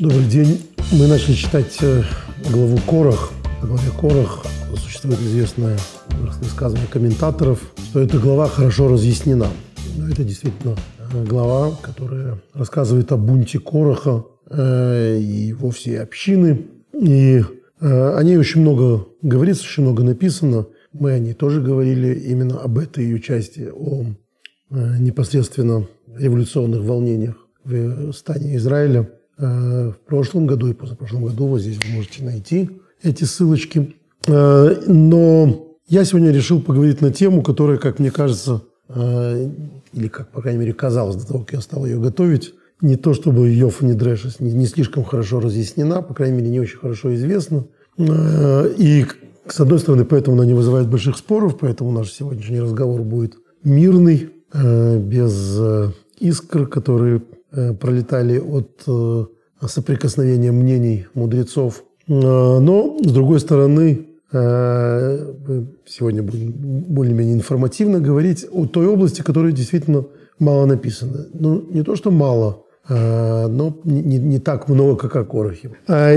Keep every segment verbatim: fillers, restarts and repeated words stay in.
Добрый день. Мы начали читать главу Корах. В главе Корах существует известное высказывание комментаторов, что эта глава хорошо разъяснена. Но это действительно глава, которая рассказывает о бунте Кораха и его всей общины. И о ней очень много говорится, очень много написано. Мы о ней тоже говорили именно об этой ее части, о непосредственно революционных волнениях в стане Израиля в прошлом году и позапрошлом году. Вот здесь вы можете найти эти ссылочки. Но я сегодня решил поговорить на тему, которая, как мне кажется, или как, по крайней мере, казалось до того, как я стал ее готовить, не то чтобы Йофа Нидрешес не, не слишком хорошо разъяснена, по крайней мере, не очень хорошо известна. И, с одной стороны, поэтому она не вызывает больших споров, поэтому наш сегодняшний разговор будет мирный, без искр, которые пролетали от соприкосновения мнений мудрецов. Но, с другой стороны, мы сегодня будем более-менее информативно говорить о той области, которая действительно мало написана. Ну, не то, что мало, но не, не так много, как о Корахе.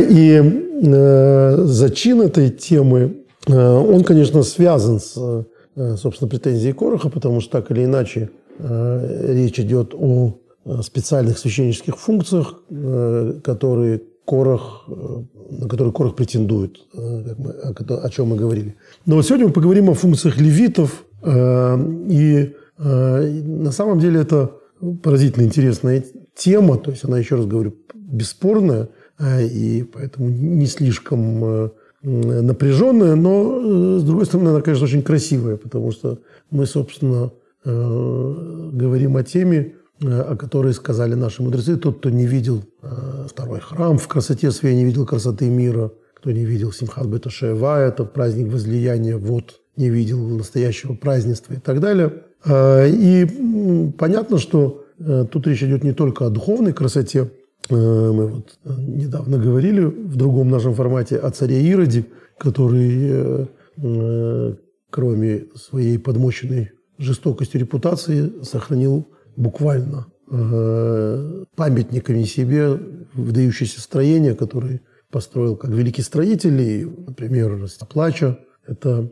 И зачин этой темы, он, конечно, связан с, собственно, претензией Кораха, потому что так или иначе речь идет о специальных священнических функциях, которые Корах, на которые Корах претендует, как мы, о чем мы говорили. Но вот сегодня мы поговорим о функциях левитов, и на самом деле это поразительно интересная тема, то есть она, еще раз говорю, бесспорная, и поэтому не слишком напряженная, но, с другой стороны, она, конечно, очень красивая, потому что мы, собственно, говорим о теме, о которой сказали наши мудрецы: тот, кто не видел второй храм в красоте своей, не видел красоты мира, кто не видел Симхат бет Ашева, это праздник возлияния, вот, не видел настоящего празднества и так далее. И понятно, что тут речь идет не только о духовной красоте. Мы вот недавно говорили в другом нашем формате о царе Ироде, который, кроме своей подмоченной жестокостью репутации, сохранил буквально памятниками себе выдающиеся строения, которые построил как великий строитель. И, например, Плача – это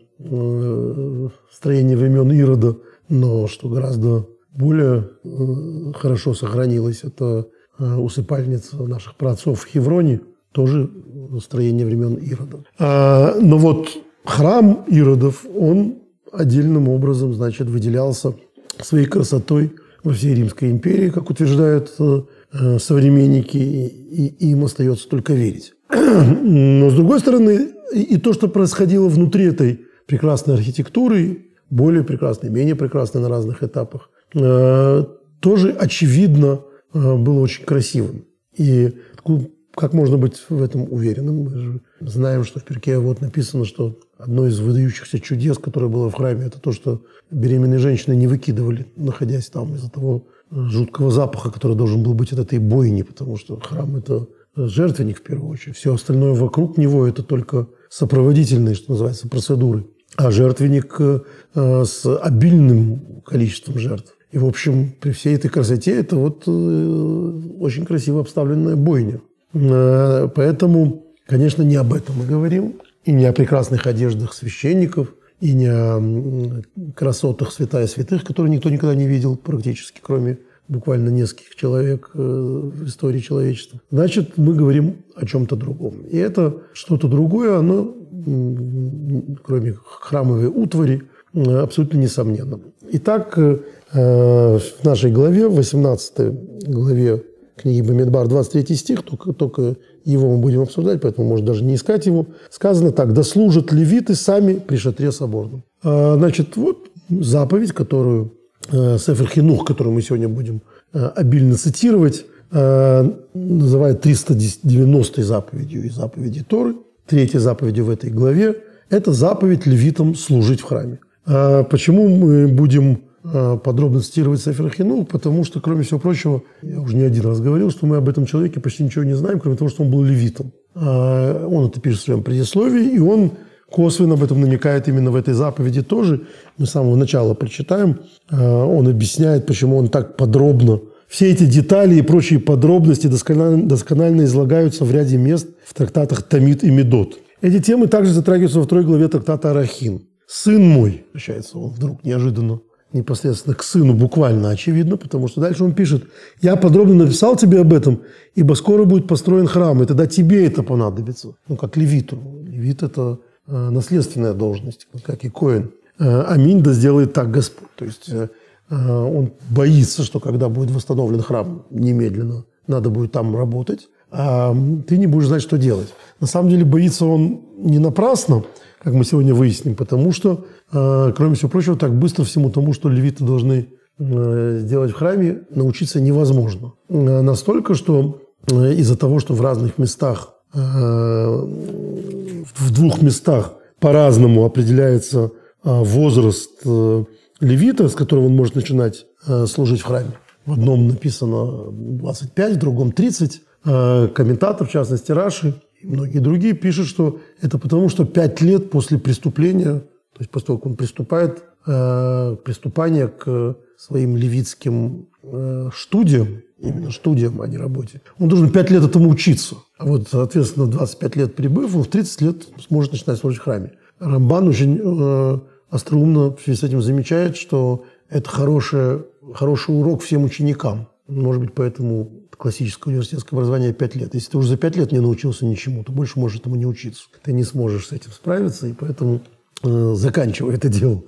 строение времен Ирода, но что гораздо более хорошо сохранилось – это усыпальница наших праотцов в Хевроне, тоже строение времен Ирода. Но вот храм Иродов, он отдельным образом, значит, выделялся своей красотой во всей Римской империи, как утверждают современники, и им остается только верить. Но, с другой стороны, и то, что происходило внутри этой прекрасной архитектуры, более прекрасной, менее прекрасной на разных этапах, тоже, очевидно, было очень красивым. И как можно быть в этом уверенным? Мы же знаем, что в Перкей Авот написано, что одно из выдающихся чудес, которое было в храме, это то, что беременные женщины не выкидывали, находясь там, из-за того жуткого запаха, который должен был быть от этой бойни, потому что храм – это жертвенник в первую очередь. Все остальное вокруг него – это только сопроводительные, что называется, процедуры. А жертвенник с обильным количеством жертв. И, в общем, при всей этой красоте это вот очень красиво обставленная бойня. Поэтому, конечно, не об этом мы говорим, и не о прекрасных одеждах священников, и не о красотах святая святых, которые никто никогда не видел практически, кроме буквально нескольких человек в истории человечества. Значит, мы говорим о чем-то другом. И это что-то другое, оно, кроме храмовой утвари, абсолютно несомненно. Итак, в нашей главе, в восемнадцатой главе книги Бамидбар, двадцать третий стих, только, только его мы будем обсуждать, поэтому можно даже не искать его. Сказано так: «Да служат левиты сами при шатре соборном». Значит, вот заповедь, которую Сефер Хинух, которую мы сегодня будем обильно цитировать, называют триста девяностой заповедью из заповедей Торы, третьей заповедью в этой главе. Это заповедь левитам служить в храме. Почему мы будем подробно цитировать Сефер Хинух? Потому что, кроме всего прочего, я уже не один раз говорил, что мы об этом человеке почти ничего не знаем, кроме того, что он был левитом. Он это пишет в своем предисловии, и он косвенно об этом намекает именно в этой заповеди тоже. Мы с самого начала прочитаем. Он объясняет, почему он так подробно Все эти детали и прочие подробности досконально, досконально излагаются в ряде мест в трактатах Тамид и Медот. Эти темы также затрагиваются во второй главе трактата Арахин. «Сын мой», обращается он вдруг неожиданно, непосредственно к сыну, буквально очевидно, потому что дальше он пишет: «Я подробно написал тебе об этом, ибо скоро будет построен храм, и тогда тебе это понадобится». Ну, как левиту. Левит – это э, наследственная должность, как и коэн. Э, «Аминь, да сделает так Господь». То есть э, он боится, что когда будет восстановлен храм немедленно, надо будет там работать, а ты не будешь знать, что делать. На самом деле боится он не напрасно, как мы сегодня выясним, потому что, кроме всего прочего, так быстро всему тому, что левиты должны сделать в храме, научиться невозможно. Настолько, что из-за того, что в разных местах, в двух местах по-разному определяется возраст левита, с которого он может начинать служить в храме. В одном написано двадцать пять, в другом тридцать. Комментатор, в частности Раши, и многие другие пишут, что это потому, что пять лет после преступления, то есть после того, как он приступает, э, приступание к своим левитским э, студиям, именно студиям, а не работе, он должен пять лет этому учиться. А вот, соответственно, двадцать пять лет прибыв, он в тридцать лет сможет начинать служить в храме. Рамбан очень э, остроумно в связи с этим замечает, что это хороший, хороший урок всем ученикам. Может быть, поэтому классическое университетское образование пять лет. Если ты уже за пять лет не научился ничему, то больше можешь этому не учиться. Ты не сможешь с этим справиться, и поэтому э, заканчивай это дело.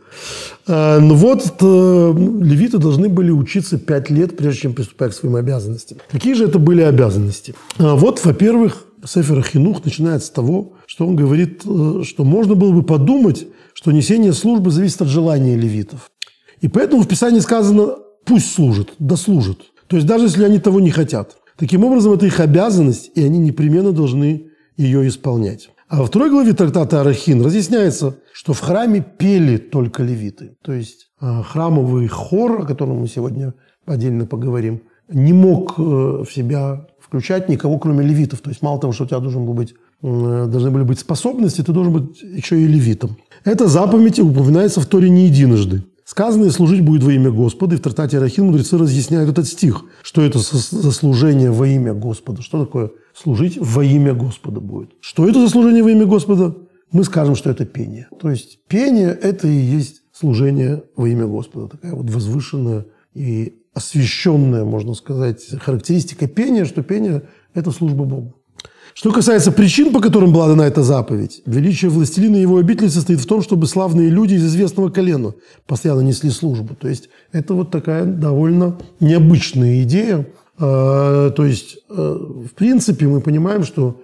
Э, ну вот, э, левиты должны были учиться пять лет, прежде чем приступать к своим обязанностям. Какие же это были обязанности? Э, вот, во-первых, Сефер Хинух начинается с того, что он говорит, э, что можно было бы подумать, что несение службы зависит от желания левитов. И поэтому в Писании сказано: пусть служат, да служат. То есть даже если они того не хотят. Таким образом, это их обязанность, и они непременно должны ее исполнять. А во второй главе трактата Арахин разъясняется, что в храме пели только левиты. То есть храмовый хор, о котором мы сегодня отдельно поговорим, не мог в себя включать никого, кроме левитов. То есть мало того, что у тебя должен был быть, должны были быть способности, ты должен быть еще и левитом. Эта заповедь упоминается в Торе не единожды. Сказано: «И служить будет во имя Господа». И в трактате Арахин мудрецы разъясняют этот стих. Что это за служение во имя Господа? Что такое служить во имя Господа будет? Что это за служение во имя Господа? Мы скажем, что это пение. То есть пение – это и есть служение во имя Господа. Такая вот возвышенная и освященная, можно сказать, характеристика пения, что пение – это служба Богу. Что касается причин, по которым была дана эта заповедь, величие властелина и его обители состоит в том, чтобы славные люди из известного колена постоянно несли службу. То есть это вот такая довольно необычная идея. То есть, в принципе, мы понимаем, что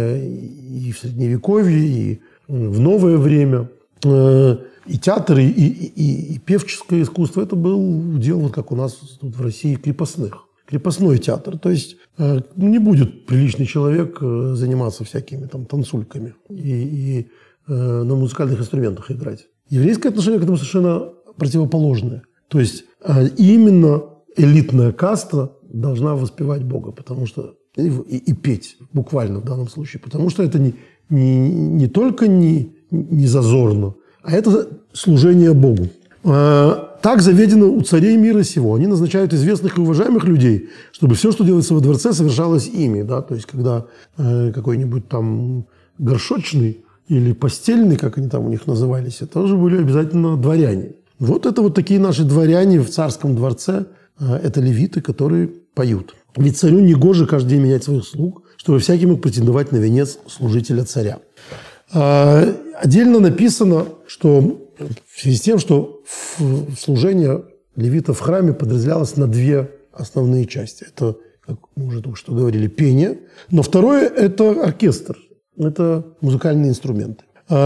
и в Средневековье, и в новое время и театр, и, и, и, и певческое искусство – это был удел, вот как у нас тут в России, крепостных. Крепостной театр. То есть э, не будет приличный человек э, заниматься всякими там танцульками и, и э, на музыкальных инструментах играть. Еврейское отношение к этому совершенно противоположное. То есть э, именно элитная каста должна воспевать Бога, потому что и, и, и петь буквально в данном случае, потому что это не, не, не только не, не зазорно, а это служение Богу. Э, Так заведено у царей мира сего. Они назначают известных и уважаемых людей, чтобы все, что делается во дворце, совершалось ими. Да? То есть, когда э, какой-нибудь там горшочный или постельный, как они там у них назывались, это тоже были обязательно дворяне. Вот это вот такие наши дворяне в царском дворце. Э, это левиты, которые поют. Ведь царю негоже каждый день менять своих слуг, чтобы всякий мог претендовать на венец служителя царя. Э, отдельно написано, что в связи с тем, что служение левитов в храме подразделялось на две основные части. Это, как мы уже только что говорили, пение. Но второе – это оркестр. Это музыкальные инструменты.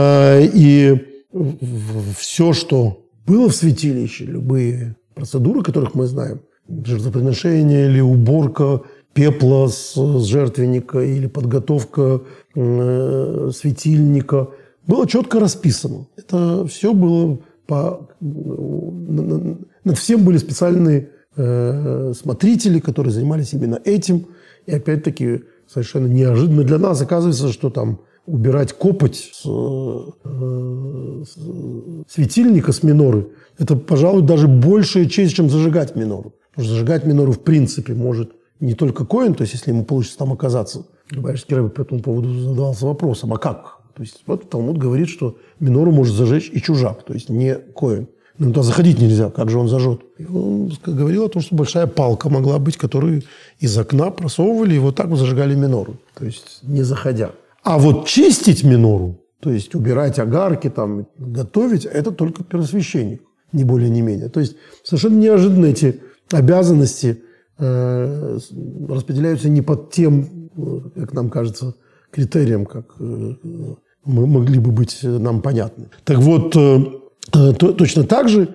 И все, что было в святилище, любые процедуры, которых мы знаем, жертвоприношение или уборка пепла с жертвенника или подготовка светильника – было четко расписано. Это все было по... Над всем были специальные э, смотрители, которые занимались именно этим. И опять-таки совершенно неожиданно для нас оказывается, что там убирать копоть с, э, с светильника, с миноры, это, пожалуй, даже большая честь, чем зажигать минору. Потому что зажигать минору в принципе может не только коэн, то есть если ему получится там оказаться. Любавичский рэбби по этому поводу задавался вопросом, а как? То есть вот Талмуд говорит, что минору может зажечь и чужак, то есть не коэн. Но туда заходить нельзя, как же он зажжет? И он говорил о том, что большая палка могла быть, которую из окна просовывали и вот так вот зажигали минору, то есть не заходя. А вот чистить минору, то есть убирать огарки, там, готовить, это только первосвященник, не более не менее. То есть совершенно неожиданно эти обязанности э, распределяются не под тем, как нам кажется, критерием, как э, мы могли бы быть нам понятны. Так вот, э, э, то, точно так же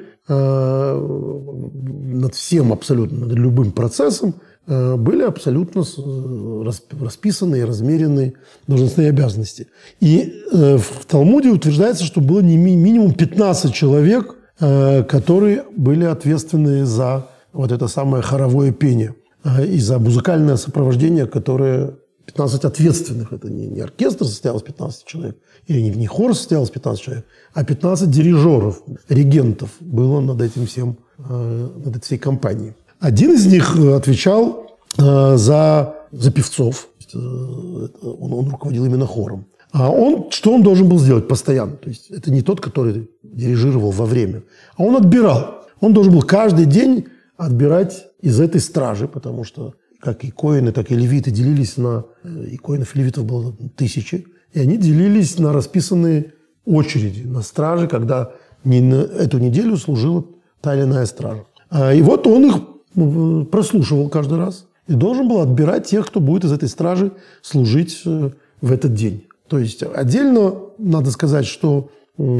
э, над всем абсолютно, над любым процессом э, были абсолютно расписанные, размеренные должностные обязанности. И э, в Талмуде утверждается, что было не ми- минимум пятнадцать человек, э, которые были ответственны за вот это самое хоровое пение э, и за музыкальное сопровождение, которое... пятнадцать ответственных. Это не, не оркестр состоял из пятнадцати человек, или не, не хор состоял из пятнадцати человек, а пятнадцать дирижеров, регентов было над этим всем, э, над этой всей компанией. Один из них отвечал э, за, за певцов. Он, он руководил именно хором. А он, что он должен был сделать постоянно? То есть это не тот, который дирижировал во время, а он отбирал. Он должен был каждый день отбирать из этой стражи, потому что как и коэны, так и левиты делились на... И коэнов, и левитов было тысячи. И они делились на расписанные очереди, на стражи, когда не на эту неделю служила та или иная стража. И вот он их прослушивал каждый раз. И должен был отбирать тех, кто будет из этой стражи служить в этот день. То есть отдельно надо сказать, что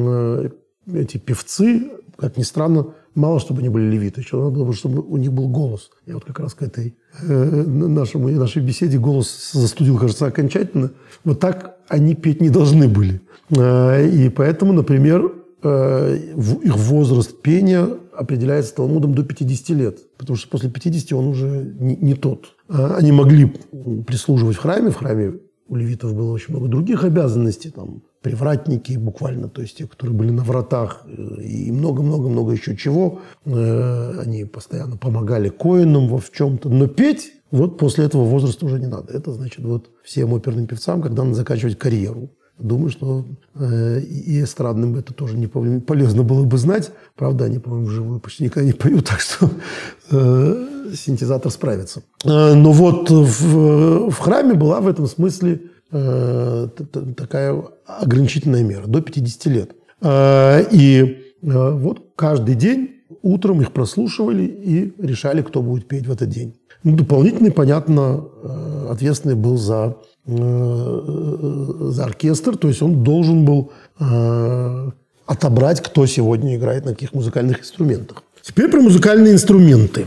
эти певцы, как ни странно, мало чтобы они были левиты, еще надо было, чтобы у них был голос. Я вот как раз к этой э, нашему, нашей беседе голос застудил, кажется, окончательно. Вот так они петь не должны были. Э, и поэтому, например, э, их возраст пения определяется Талмудом до пятидесяти лет. Потому что после пятидесяти он уже не, не тот. Э, они могли прислуживать в храме. В храме у левитов было очень много других обязанностей. Там, привратники буквально, то есть те, которые были на вратах, и много-много-много еще чего. Они постоянно помогали коэнам в чем-то. Но петь вот после этого возраста уже не надо. Это значит вот всем оперным певцам, когда надо заканчивать карьеру. Думаю, что и эстрадным это тоже не полезно было бы знать. Правда, они, по-моему, вживую почти никогда не поют, так что синтезатор справится. Но вот в, в храме была в этом смысле такая ограничительная мера, до пятидесяти лет. И вот каждый день утром их прослушивали и решали, кто будет петь в этот день. Ну, дополнительный, понятно, ответственный был за, за оркестр, то есть он должен был отобрать, кто сегодня играет на каких музыкальных инструментах. Теперь про музыкальные инструменты.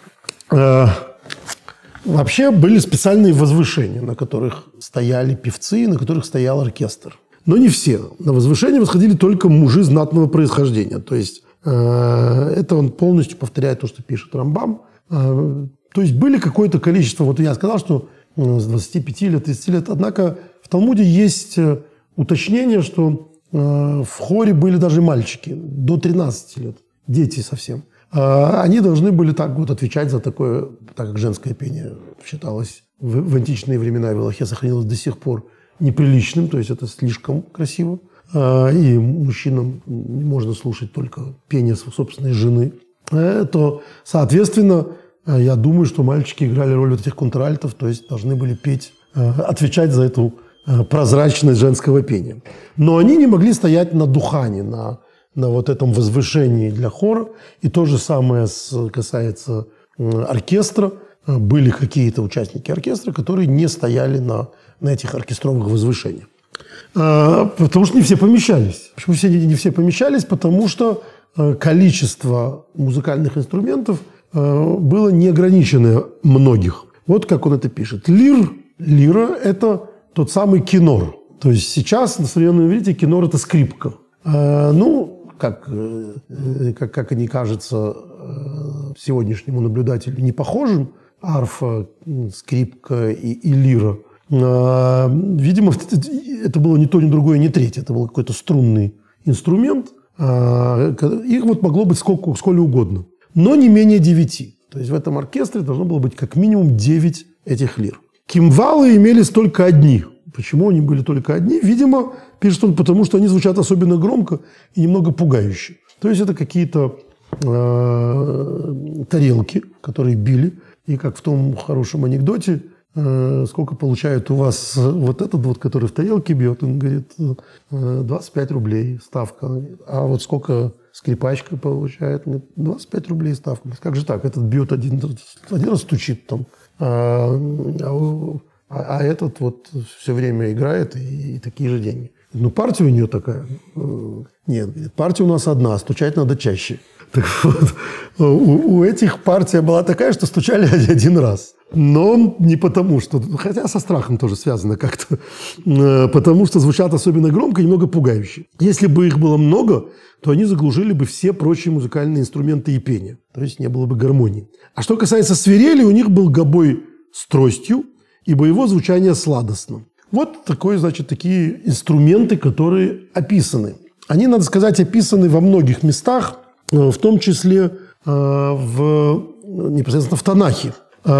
Вообще были специальные возвышения, на которых стояли певцы, на которых стоял оркестр. Но не все. На возвышение восходили только мужи знатного происхождения. То есть э, это он полностью повторяет то, что пишет Рамбам. Э, то есть были какое-то количество, вот я сказал, что э, с двадцати пяти лет, тридцати лет. Однако в Талмуде есть э, уточнение, что э, в хоре были даже мальчики до тринадцати лет, дети совсем. Они должны были так вот отвечать за такое, так как женское пение считалось в, в античные времена и в Алахе сохранилось до сих пор неприличным, то есть это слишком красиво. И мужчинам можно слушать только пение собственной жены. То, соответственно, я думаю, что мальчики играли роль вот этих контральтов, то есть должны были петь, отвечать за эту прозрачность женского пения. Но они не могли стоять на духане, на на вот этом возвышении для хора. И то же самое касается оркестра. Были какие-то участники оркестра, которые не стояли на, на этих оркестровых возвышениях. Потому что не все помещались. Почему все, не все помещались? Потому что количество музыкальных инструментов было неограниченное многих. Вот как он это пишет. Лир, лира – это тот самый кинор. То есть сейчас на современном иврите кинор – это скрипка. Ну, как, как, как они кажется сегодняшнему наблюдателю не похожим, арфа, скрипка и, и лира, Видимо, это было ни то, ни другое, ни третье. Это был какой-то струнный инструмент. Их вот могло быть сколько, сколь угодно. Но не менее девяти. То есть в этом оркестре должно было быть как минимум девять этих лир. Кимвалы имелись только одни. Почему они были только одни? Видимо, пишет он, потому что они звучат особенно громко и немного пугающе. То есть это какие-то э, тарелки, которые били. И как в том хорошем анекдоте, э, сколько получает у вас вот этот вот, который в тарелке бьет, он говорит, двадцать пять рублей ставка. А вот сколько скрипачка получает? двадцать пять рублей ставка. Как же так? Этот бьет один, один раз стучит там. А, а, а этот вот все время играет и, и такие же деньги. Ну, партия у нее такая. Нет, партия у нас одна, стучать надо чаще. Так вот, у, у этих партия была такая, что стучали один раз. Но не потому, что... Хотя со страхом тоже связано как-то. Потому что звучат особенно громко и немного пугающе. Если бы их было много, то они заглушили бы все прочие музыкальные инструменты и пение. То есть не было бы гармонии. А что касается свирели, у них был гобой с тростью и боевое звучание сладостно. Вот такое, значит, такие инструменты, которые описаны. Они, надо сказать, описаны во многих местах, в том числе в, непосредственно в Танахе.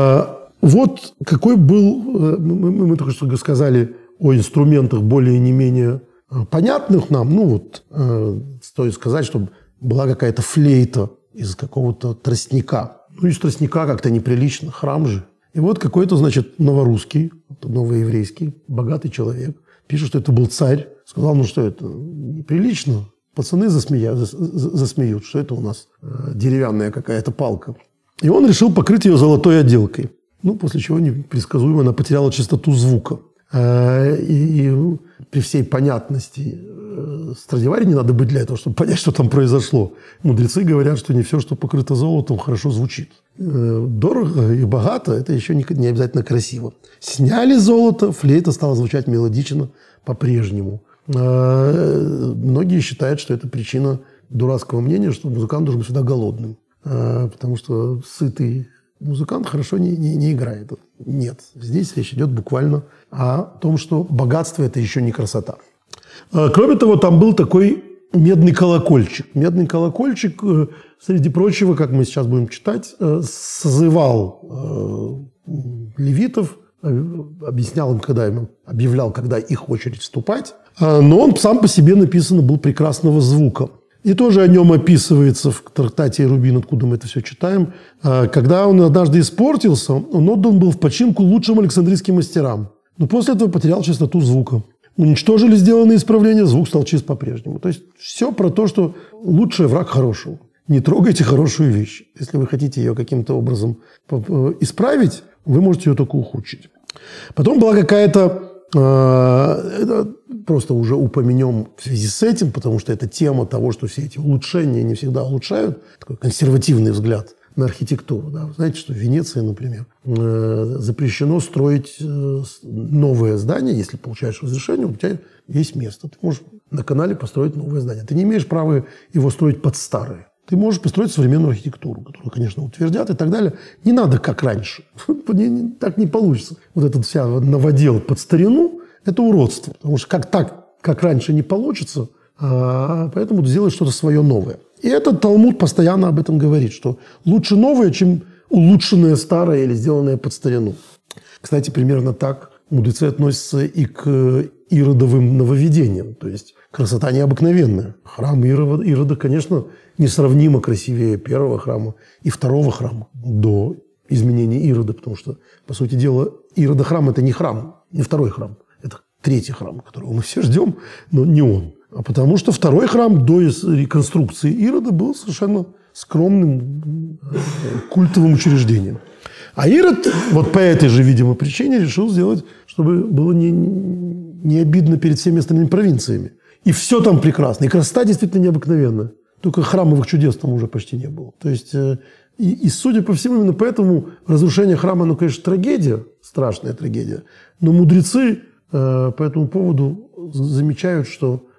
Вот какой был, мы, мы только что сказали о инструментах более не менее понятных нам. Ну вот, стоит сказать, что была какая-то флейта из какого-то тростника. Ну, из тростника как-то неприлично, храм же. И вот какой-то, значит, новорусский, новоеврейский, богатый человек пишет, что это был царь. Сказал, ну что это, неприлично. Пацаны засмея... засмеют, что это у нас деревянная какая-то палка. И он решил покрыть ее золотой отделкой. Ну, после чего непредсказуемо она потеряла чистоту звука. И, и при всей понятности Страдивари не надо быть для этого, чтобы понять, что там произошло. Мудрецы говорят, что не все, что покрыто золотом, хорошо звучит. Дорого и богато – это еще не, не обязательно красиво. Сняли золото, флейта стала звучать мелодично по-прежнему. Многие считают, что это причина дурацкого мнения, что музыкант должен быть всегда голодным. Потому что сытый музыкант хорошо не, не, не играет. Нет. Здесь речь идет буквально о том, что богатство – это еще не красота. Кроме того, там был такой медный колокольчик. Медный колокольчик, среди прочего, как мы сейчас будем читать, созывал левитов, объяснял им, когда им объявлял, когда их очередь вступать. Но он сам по себе написан был прекрасного звука. И тоже о нем описывается в трактате Рубин, откуда мы это все читаем. Когда он однажды испортился, он отдан был в починку лучшим александрийским мастерам. Но после этого потерял чистоту звука. Уничтожили сделанные исправления, звук стал чист по-прежнему. То есть все про то, что лучший враг хорошего. Не трогайте хорошую вещь. Если вы хотите ее каким-то образом исправить, вы можете ее только ухудшить. Потом была какая-то... Это просто уже упомянем в связи с этим, потому что это тема того, что все эти улучшения не всегда улучшают. Такой консервативный взгляд на архитектуру. Да. Вы знаете, что в Венеции, например, запрещено строить новое здание, если получаешь разрешение, у тебя есть место. Ты можешь на канале построить новое здание. Ты не имеешь права его строить под старое. Ты можешь построить современную архитектуру, которую, конечно, утвердят и так далее. Не надо как раньше. Так не получится. Вот этот вся новодел под старину – это уродство. Потому что как так, как раньше, не получится, поэтому сделай что-то свое новое. И этот Талмуд постоянно об этом говорит, что лучше новое, чем улучшенное старое или сделанное под старину. Кстати, примерно так мудрецы относятся и к иродовым нововведениям. То есть красота необыкновенная. Храм Ирода, Ирода, конечно, несравнимо красивее первого храма и второго храма до изменения Ирода, потому что, по сути дела, Ирода храм – это не храм, не второй храм. Это третий храм, которого мы все ждем, но не он. А потому что второй храм до реконструкции Ирода был совершенно скромным культовым учреждением. А Ирод вот по этой же, видимо, причине решил сделать, чтобы было не, не обидно перед всеми остальными провинциями. И все там прекрасно. И красота действительно необыкновенная. Только храмовых чудес там уже почти не было. То есть, и, и судя по всему, именно поэтому разрушение храма, ну, конечно, трагедия, страшная трагедия. Но мудрецы э, по этому поводу замечают, что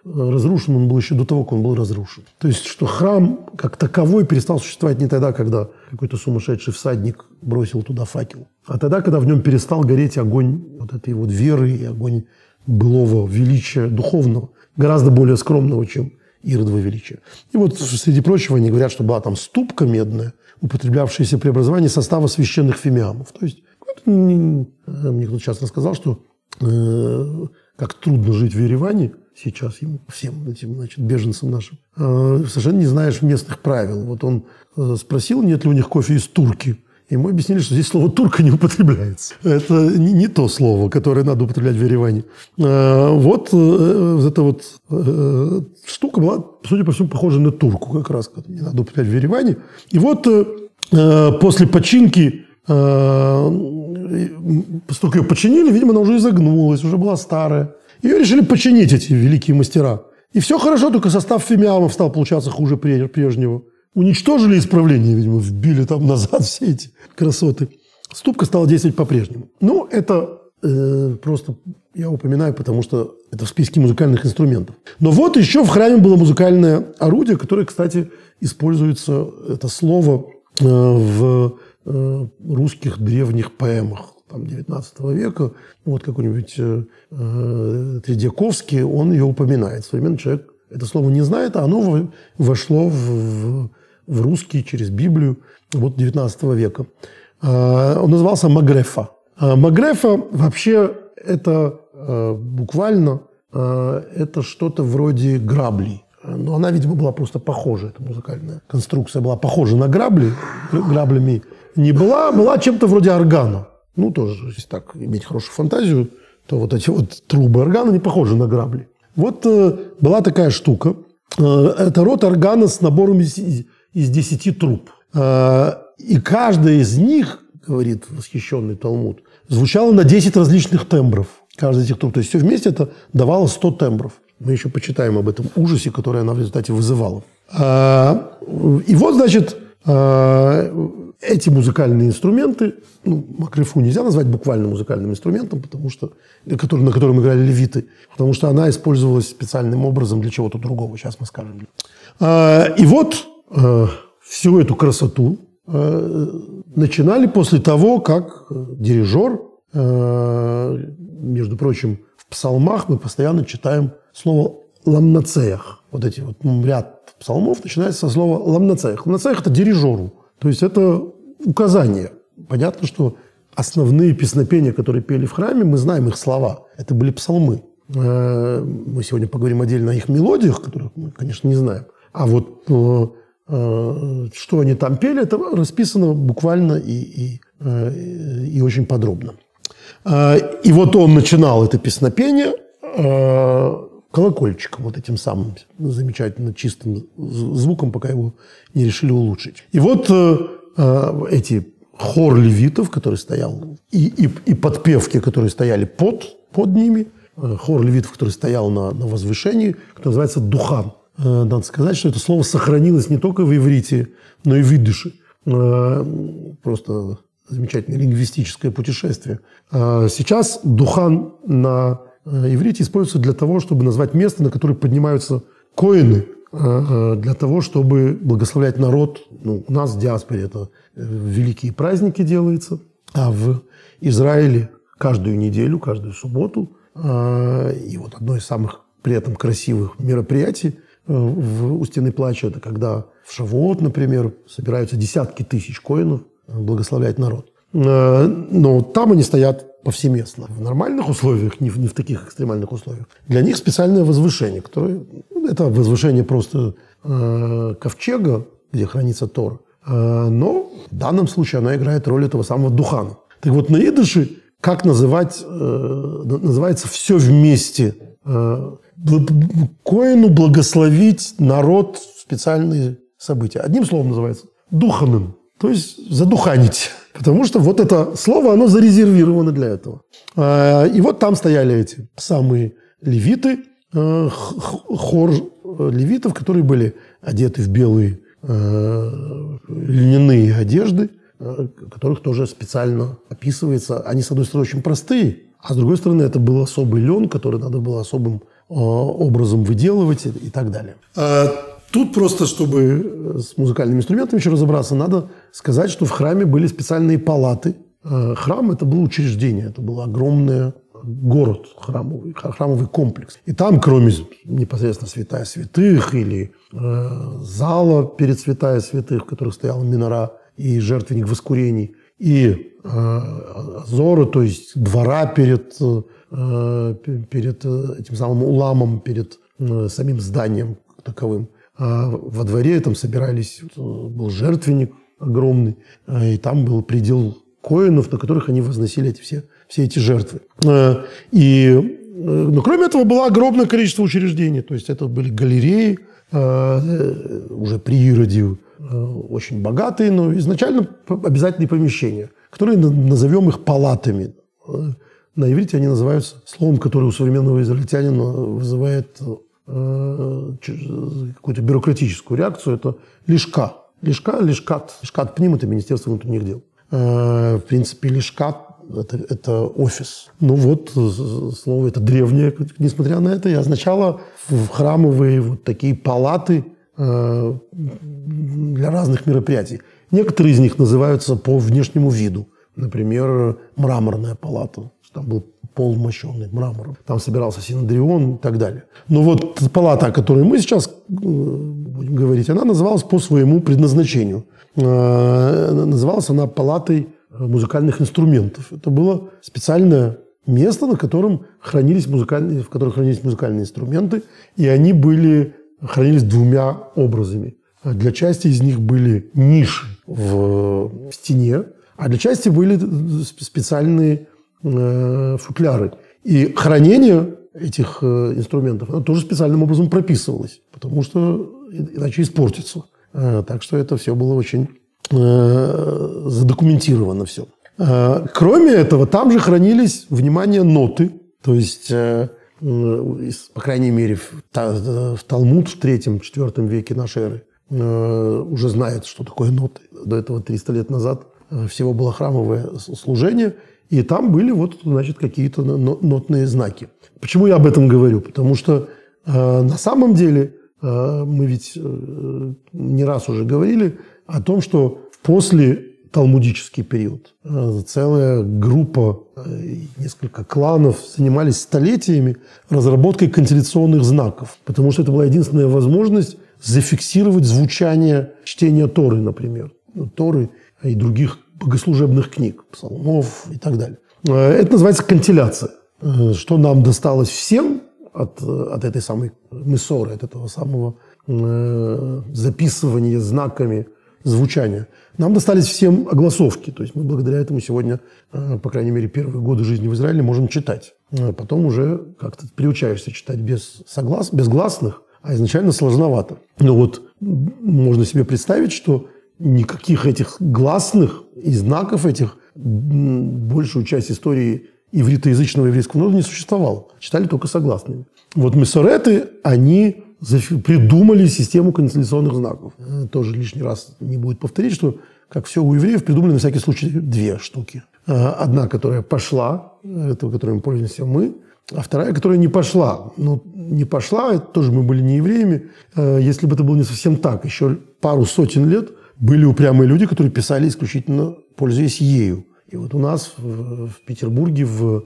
разрушен он был еще до того, как он был разрушен. То есть, что храм как таковой перестал существовать не тогда, когда какой-то сумасшедший всадник бросил туда факел, а тогда, когда в нем перестал гореть огонь вот этой вот веры и огонь былого величия духовного, гораздо более скромного, чем Иродово величие. И вот, среди прочего, они говорят, что была там ступка медная, употреблявшаяся при образовании состава священных фимиамов. То есть, мне кто-то сейчас рассказал, что э, как трудно жить в Ереване сейчас ему, всем этим, значит, беженцам нашим, э, совершенно не знаешь местных правил. Вот он э, спросил, нет ли у них кофе из турки. Ему объяснили, что здесь слово «турка» не употребляется. Это не, не то слово, которое надо употреблять в Ереване. Э, вот э, эта вот э, штука была, судя по всему, похожа на турку как раз, которую не надо употреблять в Ереване. И вот э, после починки, э, поскольку ее починили, видимо, она уже изогнулась, уже была старая. Ее решили починить эти великие мастера. И все хорошо, только состав фимиамов стал получаться хуже прежнего. Уничтожили исправление, видимо, вбили там назад все эти красоты. Ступка стала действовать по-прежнему. Ну, это э, просто я упоминаю, потому что это в списке музыкальных инструментов. Но вот еще в храме было музыкальное орудие, которое, кстати, используется, это слово, э, в э, русских древних поэмах там, девятнадцатого века. Вот какой-нибудь э, Тредьяковский, он ее упоминает. Современный человек это слово не знает, а оно вошло в, в, в русский через Библию вот девятнадцатого века. Он назывался магрефа. Магрефа вообще это буквально это что-то вроде грабли. Но она, видимо, была просто похожа, эта музыкальная конструкция была похожа на грабли. Граблями не была, была чем-то вроде органа. Ну, тоже, если так иметь хорошую фантазию, то вот эти вот трубы органа не похожи на грабли. Вот э, была такая штука. Э, это рот органа с набором из, из десяти труб. Э, и каждая из них, говорит восхищенный Талмуд, звучала на десять различных тембров. Каждая из этих труб. То есть все вместе это давало сто тембров. Мы еще почитаем об этом ужасе, который она в результате вызывала. Э, и вот, значит, э, эти музыкальные инструменты, ну, магрефу нельзя назвать буквально музыкальным инструментом, потому что, который, на котором играли левиты, потому что она использовалась специальным образом для чего-то другого, сейчас мы скажем. И вот всю эту красоту начинали после того, как дирижер, между прочим, в псалмах мы постоянно читаем слово «ламнацеях». Вот эти вот ряд псалмов начинается со слова «ламнацеях». «Ламнацеях» – это дирижеру. То есть это указание. Понятно, что основные песнопения, которые пели в храме, мы знаем их слова. Это были псалмы. Мы сегодня поговорим отдельно о их мелодиях, которых мы, конечно, не знаем. А вот что они там пели, это расписано буквально и, и, и очень подробно. И вот он начинал это песнопение колокольчиком, вот этим самым замечательно чистым звуком, пока его не решили улучшить. И вот э, эти хор левитов, который стоял, и, и, и подпевки, которые стояли под, под ними, э, хор левитов, который стоял на, на возвышении, который называется духан. Э, надо сказать, что это слово сохранилось не только в иврите, но и в идыше. Э, просто замечательное лингвистическое путешествие. Э, сейчас духан на иврите используется для того, чтобы назвать место, на которое поднимаются коэны, для того, чтобы благословлять народ. Ну, у нас в диаспоре это великие праздники делается, а в Израиле каждую неделю, каждую субботу. И вот одно из самых при этом красивых мероприятий в у Стены Плача, это когда в Шавуот, например, собираются десятки тысяч коэнов благословлять народ. Но там они стоят повсеместно. В нормальных условиях, не в, не в таких экстремальных условиях. Для них специальное возвышение, которое... Это возвышение просто э, ковчега, где хранится Тора. Э, но в данном случае она играет роль этого самого духана. Так вот, на идыше как называть... Э, называется все вместе. Э, коэну благословить народ в специальные события. Одним словом называется духаным. То есть задуханить. Потому что вот это слово, оно зарезервировано для этого. И вот там стояли эти самые левиты, хор левитов, которые были одеты в белые льняные одежды, которых тоже специально описывается. Они, с одной стороны, очень простые, а с другой стороны, это был особый лен, который надо было особым образом выделывать и так далее. Тут просто, чтобы с музыкальными инструментами еще разобраться, надо сказать, что в храме были специальные палаты. Храм – это было учреждение, это был огромный город храмовый, храмовый комплекс. И там, кроме непосредственно святая святых или э, зала перед святая святых, в которых стояла минора и жертвенник воскурений, и э, азора, то есть двора перед, э, перед этим самым уламом, перед э, самим зданием таковым. А во дворе там собирались, был жертвенник огромный, и там был предел коинов, на которых они возносили эти все, все эти жертвы. И, но кроме этого было огромное количество учреждений. То есть это были галереи, уже при Ироде очень богатые, но изначально обязательные помещения, которые назовем их палатами. На иврите они называются словом, которое у современного израильтянина вызывает какую-то бюрократическую реакцию. Это лишка. Лишка, лишкат. Лишкат пним – это Министерство внутренних дел. В принципе, лишкат это, – это офис. Ну вот, слово это древнее, несмотря на это, и означало в храмовые вот такие палаты для разных мероприятий. Некоторые из них называются по внешнему виду. Например, мраморная палата. Там был пол мощенный мрамором. Там собирался синодрион и так далее. Но вот палата, о которой мы сейчас будем говорить, она называлась по своему предназначению. Называлась она палатой музыкальных инструментов. Это было специальное место, на котором хранились музыкальные, в котором хранились музыкальные инструменты, и они были, хранились двумя образами. Для части из них были ниши в стене, а для части были специальные футляры. И хранение этих инструментов оно тоже специальным образом прописывалось, потому что иначе испортится. Так что это все было очень задокументировано все. Кроме этого, там же хранились, внимание, ноты. То есть, по крайней мере, в Талмуд в третьем-четвертом веке нашей эры уже знает, что такое ноты. До этого триста лет назад всего было храмовое служение, и там были вот, значит, какие-то нотные знаки. Почему я об этом говорю? Потому что на самом деле мы ведь не раз уже говорили о том, что после талмудический период целая группа, несколько кланов занимались столетиями разработкой кантиляционных знаков, потому что это была единственная возможность зафиксировать звучание чтения Торы, например. Ну, Торы и других богослужебных книг, псалмов и так далее. Это называется кантиляция. Что нам досталось всем от, от этой самой месоры, от этого самого э, записывания знаками звучания. Нам достались всем огласовки. То есть мы благодаря этому сегодня, э, по крайней мере, первые годы жизни в Израиле можем читать. А потом уже как-то приучаешься читать без, соглас, без гласных, а изначально сложновато. Но вот можно себе представить, что никаких этих гласных и знаков этих большую часть истории ивритоязычного еврейского народа не существовало. Читали только согласными. Вот месореты, они придумали систему канцеляционных знаков. Тоже лишний раз не будет повторить, что, как все у евреев, придумали на всякий случай две штуки. Одна, которая пошла, это, которой пользуемся мы, а вторая, которая не пошла. Ну, не пошла, это тоже мы были не евреями. Если бы это было не совсем так, еще пару сотен лет были упрямые люди, которые писали исключительно пользуясь ею. И вот у нас в, в Петербурге, в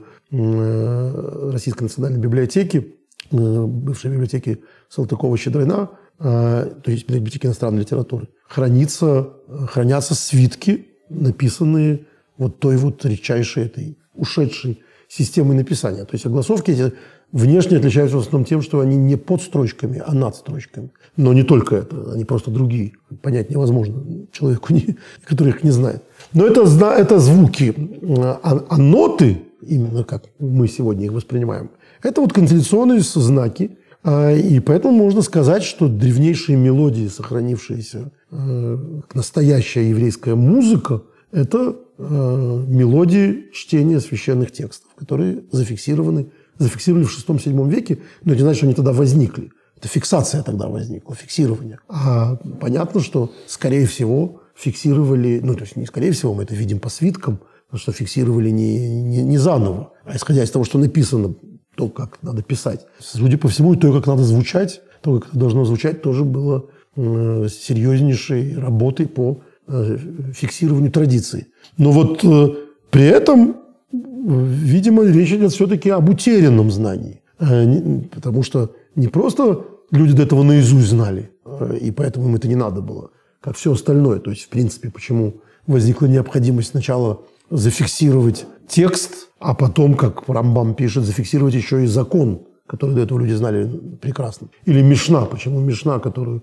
э, Российской национальной библиотеке, э, бывшей библиотеке Салтыкова-Щедрина, э, то есть библиотеке иностранной литературы, хранится, хранятся свитки, написанные вот той вот редчайшей этой ушедшей системой написания. То есть огласовки эти внешне отличаются в основном тем, что они не под строчками, а над строчками. Но не только это, они просто другие. Понять невозможно человеку, не, который их не знает. Но это, это звуки. А, а ноты, именно как мы сегодня их воспринимаем, это вот канцеляционные знаки. И поэтому можно сказать, что древнейшие мелодии, сохранившиеся, настоящая еврейская музыка, это мелодии чтения священных текстов, которые зафиксированы зафиксировали в шестом-седьмом веке, но это не значит, что они тогда возникли. Это фиксация тогда возникла, фиксирование. А понятно, что, скорее всего, фиксировали, ну, то есть не скорее всего, мы это видим по свиткам, что фиксировали не, не, не заново, а исходя из того, что написано то, как надо писать. Судя по всему, то, как надо звучать, то, как это должно звучать, тоже было э, серьезнейшей работой по э, фиксированию традиции. Но вот э, при этом, видимо, речь идет все-таки об утерянном знании. Э, не, потому что не просто люди до этого наизусть знали, э, и поэтому им это не надо было, как все остальное. То есть, в принципе, почему возникла необходимость сначала зафиксировать текст, а потом, как Рамбам пишет, зафиксировать еще и закон, который до этого люди знали прекрасно. Или Мишна. Почему Мишна, которую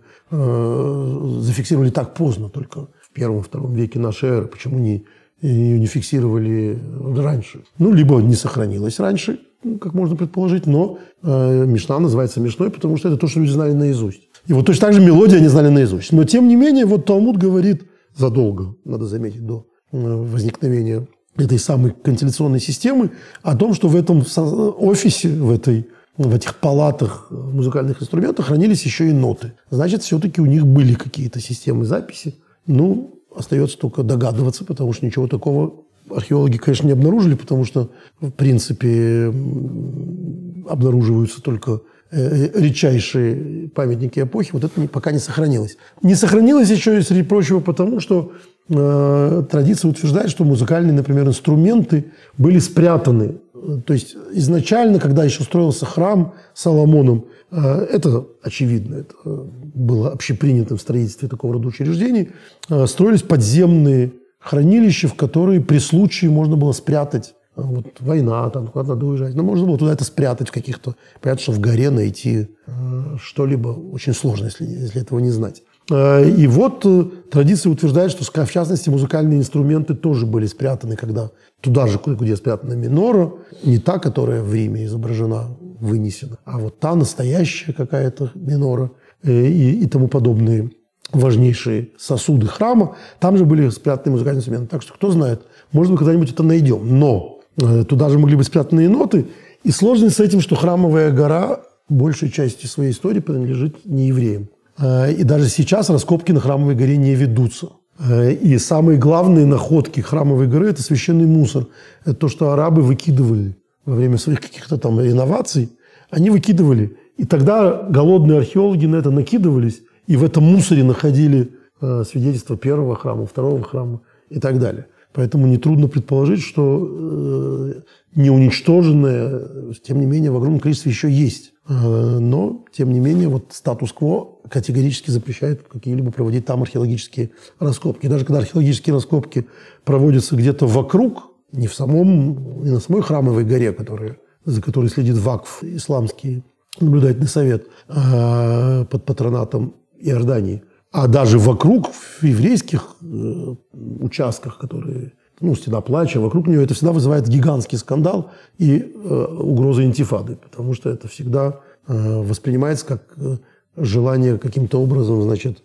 э, зафиксировали так поздно, только в первом-втором веке нашей эры, почему не, ее не фиксировали раньше? Ну, либо не сохранилось раньше, как можно предположить, но э, Мишна называется Мишной, потому что это то, что люди знали наизусть. И вот точно так же мелодии они знали наизусть. Но, тем не менее, вот Талмуд говорит задолго, надо заметить, до возникновения этой самой кантиляционной системы, о том, что в этом офисе, в, этой, в этих палатах музыкальных инструментов хранились еще и ноты. Значит, все-таки у них были какие-то системы записи. Ну, остается только догадываться, потому что ничего такого археологи, конечно, не обнаружили, потому что, в принципе, обнаруживаются только редчайшие памятники эпохи, вот это пока не сохранилось. Не сохранилось еще и, среди прочего, потому что э, традиция утверждает, что музыкальные, например, инструменты были спрятаны. То есть изначально, когда еще строился храм Соломоном, э, это очевидно, это было общепринято в строительстве такого рода учреждений, э, строились подземные хранилища, в которые при случае можно было спрятать. Вот война, там куда-то надо уезжать. Но можно было туда это спрятать в каких-то... Понятно, что в горе найти э, что-либо очень сложно, если, если этого не знать. Э, и вот э, традиция утверждает, что, в частности, музыкальные инструменты тоже были спрятаны, когда туда же, где спрятана минора, не та, которая в Риме изображена, вынесена, а вот та настоящая какая-то минора э, и, и тому подобные важнейшие сосуды храма, там же были спрятаны музыкальные инструменты. Так что, кто знает, может быть, когда-нибудь это найдем. Но туда же могли быть спрятаны ноты. И сложность с этим, что Храмовая гора большей частью своей истории принадлежит не евреям. И даже сейчас раскопки на Храмовой горе не ведутся. И самые главные находки Храмовой горы – это священный мусор. Это то, что арабы выкидывали во время своих каких-то там реноваций. Они выкидывали. И тогда голодные археологи на это накидывались. И в этом мусоре находили свидетельства первого храма, второго храма и так далее. Поэтому нетрудно предположить, что э, неуничтоженное, тем не менее, в огромном количестве еще есть. Э, но, тем не менее, вот статус-кво категорически запрещает какие-либо проводить там археологические раскопки. Даже когда археологические раскопки проводятся где-то вокруг, не в самом, не на самой Храмовой горе, которая, за которой следит ВАКФ, исламский наблюдательный совет, э, под патронатом Иордании, а даже вокруг, в еврейских э, участках, которые, ну, стена плача, вокруг нее, это всегда вызывает гигантский скандал и э, угрозу интифады, потому что это всегда э, воспринимается как э, желание каким-то образом, значит,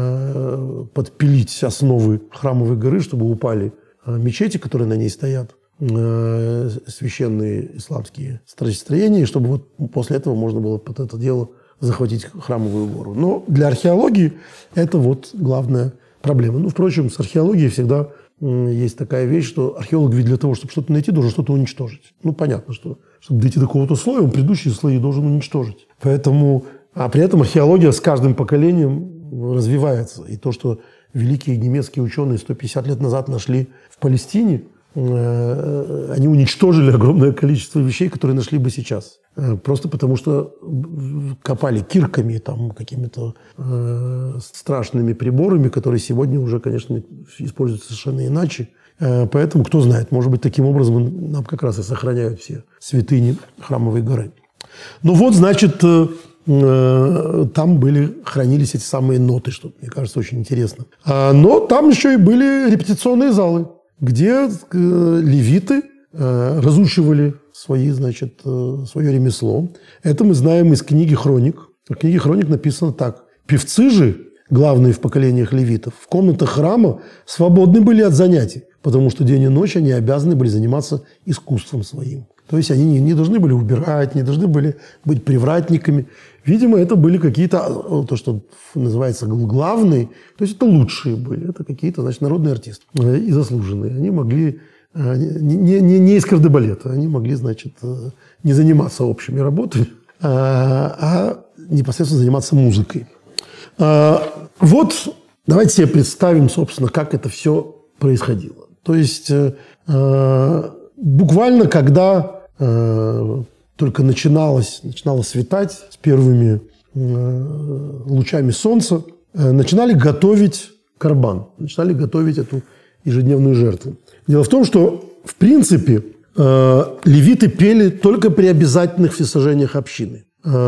э, подпилить основы Храмовой горы, чтобы упали э, мечети, которые на ней стоят, э, священные исламские строения, и чтобы вот после этого можно было под это дело захватить Храмовую гору. Но для археологии это вот главная проблема. Ну, впрочем, с археологией всегда есть такая вещь, что археолог ведь для того, чтобы что-то найти, должен что-то уничтожить. Ну, понятно, что чтобы дойти до какого-то слоя, он предыдущие слои должен уничтожить. Поэтому, а при этом археология с каждым поколением развивается. И то, что великие немецкие ученые сто пятьдесят лет назад нашли в Палестине, они уничтожили огромное количество вещей, которые нашли бы сейчас. Просто потому, что копали кирками, там, какими-то э, страшными приборами, которые сегодня уже, конечно, используются совершенно иначе. Э, поэтому, кто знает, может быть, таким образом нам как раз и сохраняют все святыни Храмовой горы. Ну вот, значит, э, э, там были, хранились эти самые ноты, что, мне кажется, очень интересно. А, но там еще и были репетиционные залы, где э, левиты э, разучивали свои, значит, свое ремесло. Это мы знаем из книги «Хроник». В книге «Хроник» написано так. «Певцы же, главные в поколениях левитов, в комнатах храма свободны были от занятий, потому что день и ночь они обязаны были заниматься искусством своим». То есть они не, не должны были убирать, не должны были быть привратниками. Видимо, это были какие-то, то, что называется главные, то есть это лучшие были. Это какие-то, значит, народные артисты и заслуженные. Они могли не, не, не из кардебалета. Они могли, значит, не заниматься общими работами, а непосредственно заниматься музыкой. Вот давайте себе представим, собственно, как это все происходило. То есть буквально, когда только начиналось, начинало светать с первыми лучами солнца, начинали готовить карбан, начинали готовить эту ежедневную жертву. Дело в том, что, в принципе, левиты пели только при обязательных всесожжениях общины,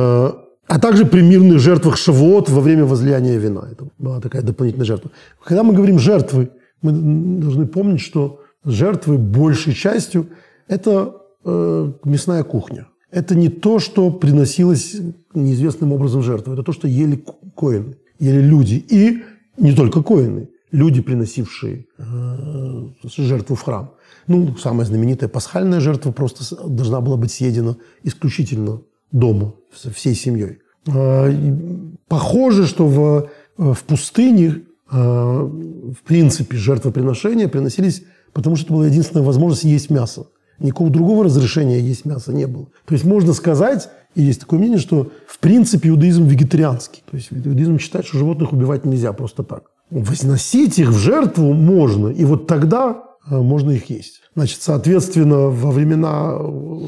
а также при мирных жертвах шавуот во время возлияния вина. Это была такая дополнительная жертва. Когда мы говорим «жертвы», мы должны помнить, что жертвы большей частью – это мясная кухня. Это не то, что приносилось неизвестным образом в жертву. Это то, что ели коэны, ели люди. И не только коэны. Люди, приносившие э, жертву в храм. Ну, самая знаменитая пасхальная жертва просто должна была быть съедена исключительно дома, всей семьей. Э, похоже, что в, в пустыне, э, в принципе, жертвоприношения приносились, потому что это была единственная возможность есть мясо. Никакого другого разрешения есть мясо не было. То есть можно сказать, и есть такое мнение, что в принципе иудаизм вегетарианский. То есть иудаизм считает, что животных убивать нельзя просто так. Возносить их в жертву можно, и вот тогда можно их есть. Значит, соответственно, во времена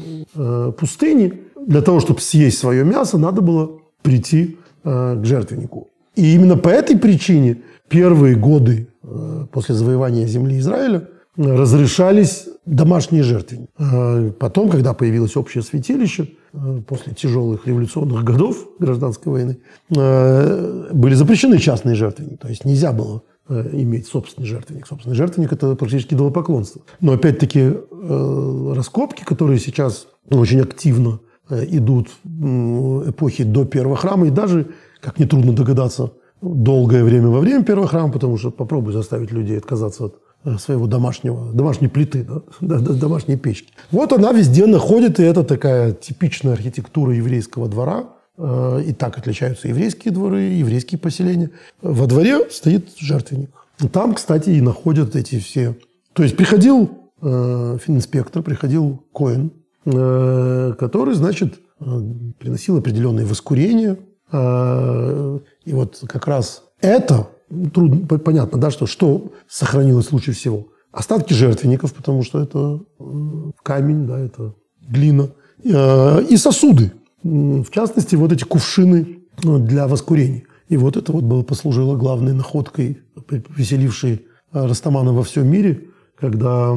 э, пустыни для того, чтобы съесть свое мясо, надо было прийти э, к жертвеннику. И именно по этой причине первые годы э, после завоевания земли Израиля разрешались домашние жертвенники. Потом, когда появилось общее святилище, после тяжелых революционных годов гражданской войны, были запрещены частные жертвенники. То есть нельзя было иметь собственный жертвенник. Собственный жертвенник – это практически идолопоклонство. Но опять-таки раскопки, которые сейчас очень активно идут в эпохе до первого храма, и даже, как нетрудно догадаться, долгое время во время первого храма, потому что попробуй заставить людей отказаться от своего домашнего, домашней плиты, да, домашней печки. Вот она везде находит, и это такая типичная архитектура еврейского двора. И так отличаются еврейские дворы, еврейские поселения. Во дворе стоит жертвенник. Там, кстати, и находят эти все... То есть приходил э, фининспектор, приходил коэн, э, который, значит, приносил определенные воскурения. Э, и вот как раз это... Трудно, понятно, да, что, что сохранилось лучше всего? Остатки жертвенников, потому что это камень, да, это глина. И сосуды. В частности, вот эти кувшины для воскурений. И вот это вот было, послужило главной находкой, веселившей растамана во всем мире, когда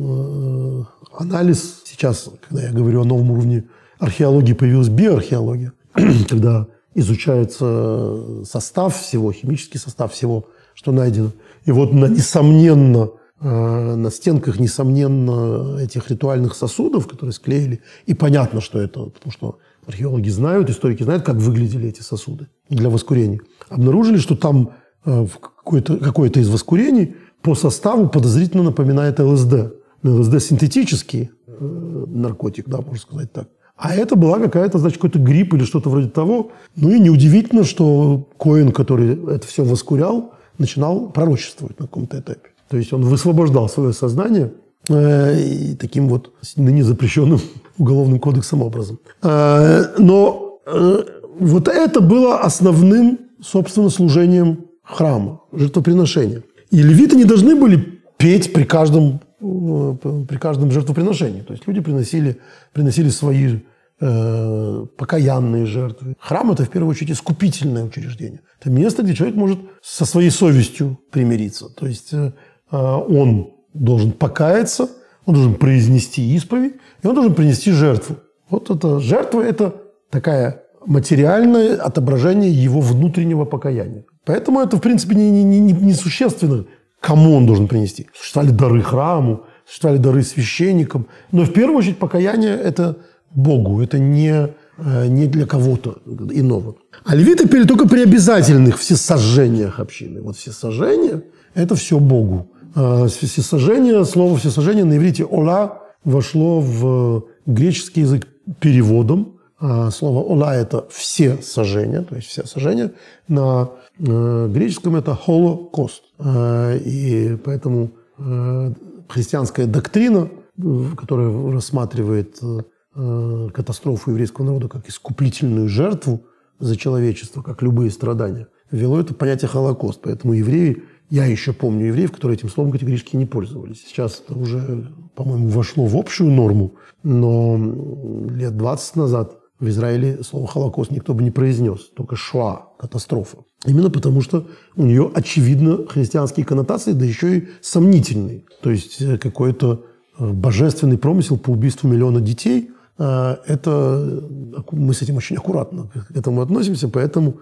анализ, сейчас, когда я говорю о новом уровне археологии, появилась биоархеология, когда изучается состав всего, химический состав всего, что найдено. И вот на, несомненно, на стенках, несомненно, этих ритуальных сосудов, которые склеили, и понятно, что это, потому что археологи знают, историки знают, как выглядели эти сосуды для воскурения. Обнаружили, что там какое-то, какое-то из воскурений по составу подозрительно напоминает ЛСД. ЛСД синтетический наркотик, да, можно сказать так. А это была какая-то, значит, какой-то гриб или что-то вроде того. Ну и неудивительно, что коэн, который это все воскурял, начинал пророчествовать на каком-то этапе. То есть он высвобождал свое сознание э, и таким вот ныне запрещенным уголовным кодексом образом. Э, но э, вот это было основным, собственно, служением храма, жертвоприношения. И левиты не должны были петь при каждом, э, при каждом жертвоприношении. То есть люди приносили, приносили свои э, покаянные жертвы. Храм – это, в первую очередь, искупительное учреждение. Это место, где человек может со своей совестью примириться. То есть э, он должен покаяться, он должен произнести исповедь, и он должен принести жертву. Вот эта жертва – это такая материальное отображение его внутреннего покаяния. Поэтому это, в принципе, не, не, не, не существенно, кому он должен принести. Существовали дары храму, существовали дары священникам. Но в первую очередь покаяние – это Богу, это не, не для кого-то иного. А левиты пели только при обязательных всесожжениях общины. Вот всесожжение – это все Богу. Всесожжение, слово всесожжение на иврите «ола» вошло в греческий язык переводом. Слово «ола» – это все сожжения, то есть все сожжения. На греческом это «холокост». И поэтому христианская доктрина, которая рассматривает катастрофу еврейского народа как искуплительную жертву за человечество, как любые страдания, ввело это понятие Холокост. Поэтому евреи, я еще помню евреев, которые этим словом категорически не пользовались. Сейчас это уже, по-моему, вошло в общую норму, но лет двадцать назад в Израиле слово «Холокост» никто бы не произнес, только «шоа» – катастрофа. Именно потому, что у нее, очевидно, христианские коннотации, да еще и сомнительные. То есть какой-то божественный промысел по убийству миллиона детей – это мы с этим очень аккуратно к этому относимся, поэтому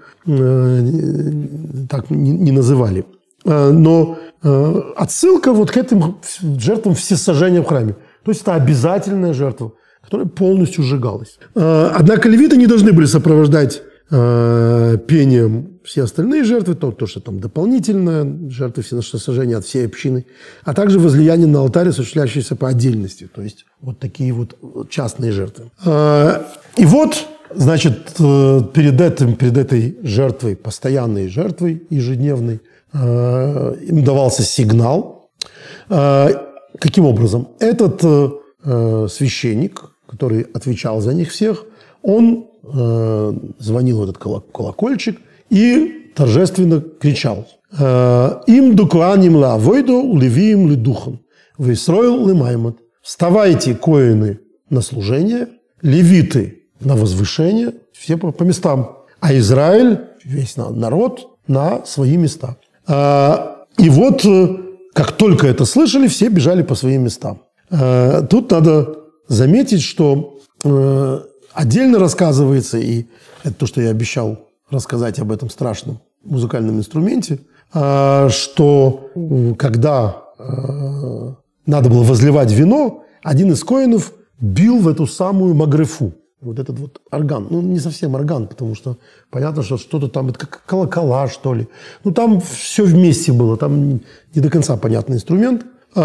так не называли. Но отсылка вот к этим жертвам всесожжения в храме. То есть это обязательная жертва, которая полностью сжигалась. Однако левиты не должны были сопровождать пением все остальные жертвы, то, то что там дополнительное, жертвы всесожжения от всей общины, а также возлияние на алтаре, осуществляющееся по отдельности, то есть вот такие вот частные жертвы. И вот, значит, перед, этим, перед этой жертвой, постоянной жертвой ежедневной, им давался сигнал. Каким образом? Этот священник, который отвечал за них всех, он звонил в этот колокольчик и торжественно кричал: «Им дукуаним ла авойду, левиим ли духом, вейсроил ли маймот». «Вставайте, коины, на служение, левиты на возвышение», все по, по местам, а Израиль, весь народ, на свои места. И вот, как только это слышали, все бежали по своим местам. Тут надо заметить, что отдельно рассказывается, и это то, что я обещал рассказать об этом страшном музыкальном инструменте, что когда надо было возливать вино, один из коинов бил в эту самую магрефу. Вот этот вот орган. Ну, не совсем орган, потому что понятно, что что-то там, это как колокола, что ли. Ну, там все вместе было, там не до конца понятный инструмент.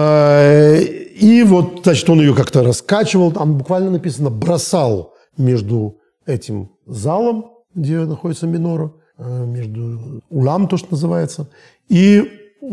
И вот, значит, он ее как-то раскачивал, там буквально написано «бросал» между этим залом, где находится минора, между улам, то, что называется, и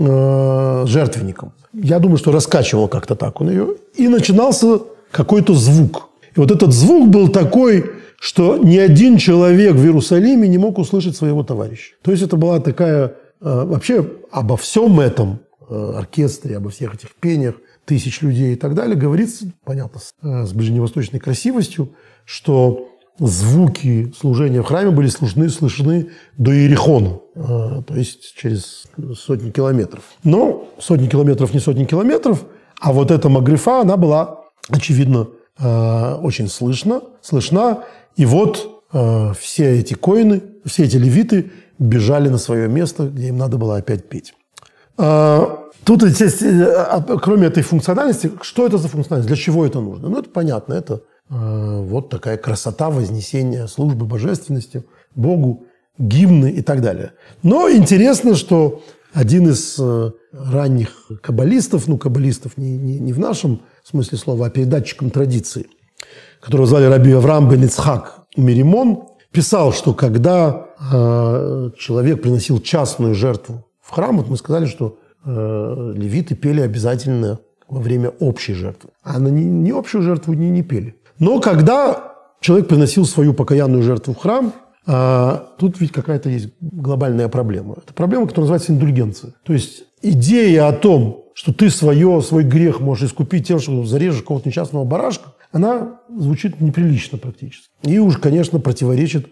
э, жертвенником. Я думаю, что раскачивал как-то так он ее. И начинался какой-то звук. И вот этот звук был такой, что ни один человек в Иерусалиме не мог услышать своего товарища. То есть это была такая... Э, вообще обо всем этом э, оркестре, обо всех этих пениях, тысяч людей и так далее, говорится, понятно, с, э, с ближневосточной красивостью, что звуки служения в храме были слышны, слышны до Иерихона, э, то есть через сотни километров. Но сотни километров не сотни километров, а вот эта магрефа, она была, очевидно, э, очень слышна, слышна. И вот э, все эти коины, все эти левиты бежали на свое место, где им надо было опять петь. Э, тут, естественно, кроме этой функциональности, что это за функциональность, для чего это нужно? Ну, это понятно, это вот такая красота вознесения службы божественности Богу, гимны и так далее. Но интересно, что один из ранних каббалистов, ну, каббалистов не, не, не в нашем смысле слова, а передатчиком традиции, которого звали Раби Авраам бен Ицхак Миримон, писал, что когда э, человек приносил частную жертву в храм, вот мы сказали, что э, левиты пели обязательно во время общей жертвы, а на не, не общую жертву не, не пели. Но когда человек приносил свою покаянную жертву в храм, а, тут ведь какая-то есть глобальная проблема. Это проблема, которая называется индульгенция. То есть идея о том, что ты свое, свой грех можешь искупить тем, что зарежешь какого-то несчастного барашка, она звучит неприлично практически. И уж, конечно, противоречит